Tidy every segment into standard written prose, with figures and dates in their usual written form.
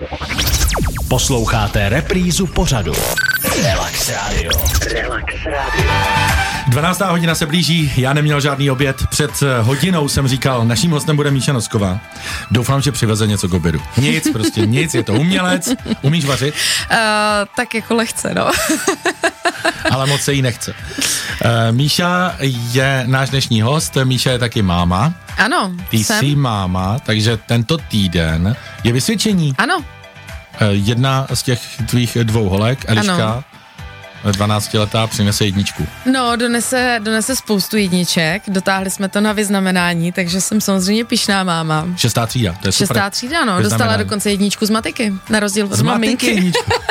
Posloucháte reprízu pořadu Relax Radio. Relax Radio. 12. hodina se blíží, já neměl žádný oběd. Před hodinou jsem říkal, naším hostem bude Míša Nosková. Doufám, že přiveze něco k obědu. Nic, prostě nic, je to umělec. Umíš vařit? Tak jako lehce, no. Ale moc se jí nechce. Míša je náš dnešní host, Míša je taky máma. Ano, Ty jsi máma, takže tento týden je vysvědčení. Ano. Jedna z těch tvých dvou holek, Eliška, ano. 12letá, přinese jedničku. No, donese spoustu jedniček, dotáhli jsme to na vyznamenání, takže jsem samozřejmě pyšná máma. 6. třída, to je super. 6. třída, no, dostala dokonce jedničku z matiky, na rozdíl od maminky.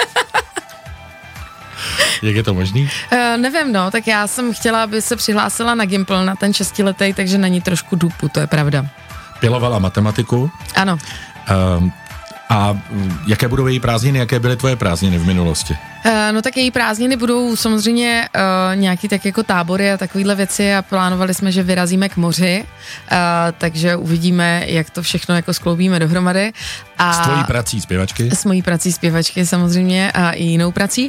Jak je to možný? Nevím, no, tak já jsem chtěla, aby se přihlásila na Gimpl, na ten 6letý, takže na ní trošku dupu, to je pravda. Pilovala matematiku. Ano. A jaké budou její prázdniny, jaké byly tvoje prázdniny v minulosti? No tak její prázdniny budou samozřejmě nějaký tak jako tábory a takovýhle věci a plánovali jsme, že vyrazíme k moři, takže uvidíme, jak to všechno jako skloubíme dohromady. S tvojí prací zpěvačky? S mojí prací zpěvačky samozřejmě a i jinou prací.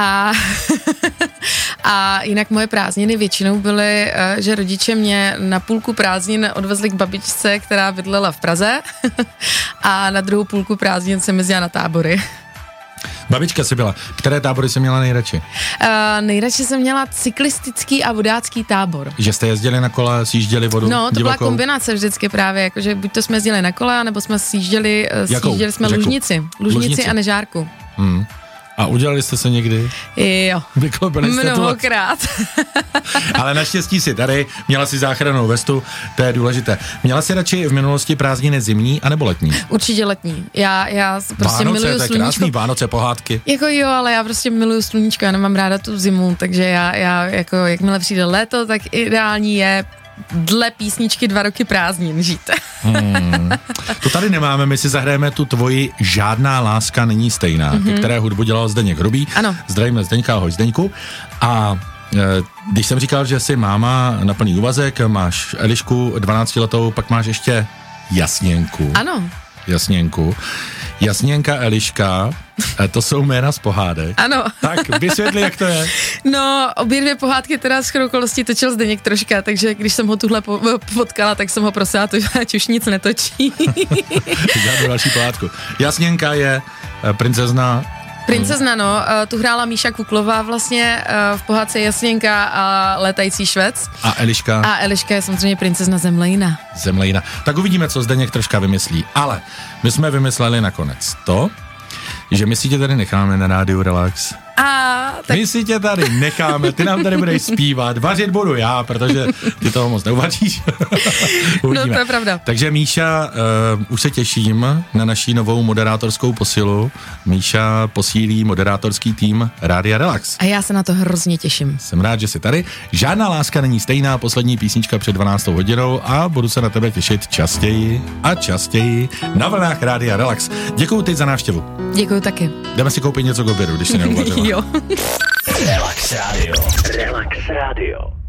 A jinak moje prázdniny většinou byly, že rodiče mě na půlku prázdnin odvezli k babičce, která bydlela v Praze a na druhou půlku prázdnin jsem jezdila na tábory. Babička jsi byla. Které tábory jsi měla nejradši? Nejradši jsem měla cyklistický a vodácký tábor. Že jste jezdili na kole, sjížděli vodu No, to divokou? byla kombinace vždycky právě, jakože buď to jsme jezdili na kole, nebo jsme sjížděli jsme Lužnici a Nežárku. A udělali jste se někdy? Jo. Vyklopili jste mnohokrát. Ale naštěstí si tady, měla si záchrannou vestu, to je důležité. Měla si radši v minulosti prázdniny zimní anebo letní? Určitě letní. Já prostě Vánoce, miluju sluníčko. Krásný Vánoce, pohádky. Jako jo, ale já prostě miluju sluníčko, já nemám ráda tu zimu, takže já jako jakmile přijde léto, tak ideální je dle písničky 2 roky prázdnin žít. To tady nemáme, my si zahrajeme tu tvoji Žádná láska není stejná, ke které hudbu dělal Zdeněk Hrubý. Ano. Zdravíme Zdeňka, ahoj Zdeňku. A když jsem říkal, že jsi máma na plný úvazek, máš Elišku 12letou, pak máš ještě Jasněnku. Ano. Jasněnka, Eliška, to jsou jména z pohádek. Ano. Tak vysvětli, jak to je. No, obě dvě pohádky teda shodou okolností točil Zdeněk troška, takže když jsem ho tuhle potkala, tak jsem ho prosila, ať už nic netočí. Žádnou další pohádku. Jasněnka je princezna, no, tu hrála Míša Kuklová vlastně v pohádce Jasněnka a Létající švec. A Eliška? A Eliška je samozřejmě princezna Zemlejna. Tak uvidíme, co Zdeněk troška vymyslí. Ale my jsme vymysleli nakonec to, že my si tě tady necháme na rádiu Relax. Tak... My si tě tady necháme, ty nám tady budeš zpívat, vařit budu já, protože ty toho moc neuvaříš. No to je pravda. Takže Míša, už se těším na naší novou moderátorskou posilu. Míša posílí moderátorský tým Rádia Relax. A já se na to hrozně těším. Jsem rád, že jsi tady. Žádná láska není stejná, poslední písnička před 12. hodinou a budu se na tebe těšit častěji a častěji na vlnách Rádia Relax. Děkuju teď za návštěvu. Děkuju taky. Jdeme si koupit něco k obědu, když se neuvařila. Jo. Relax Radio.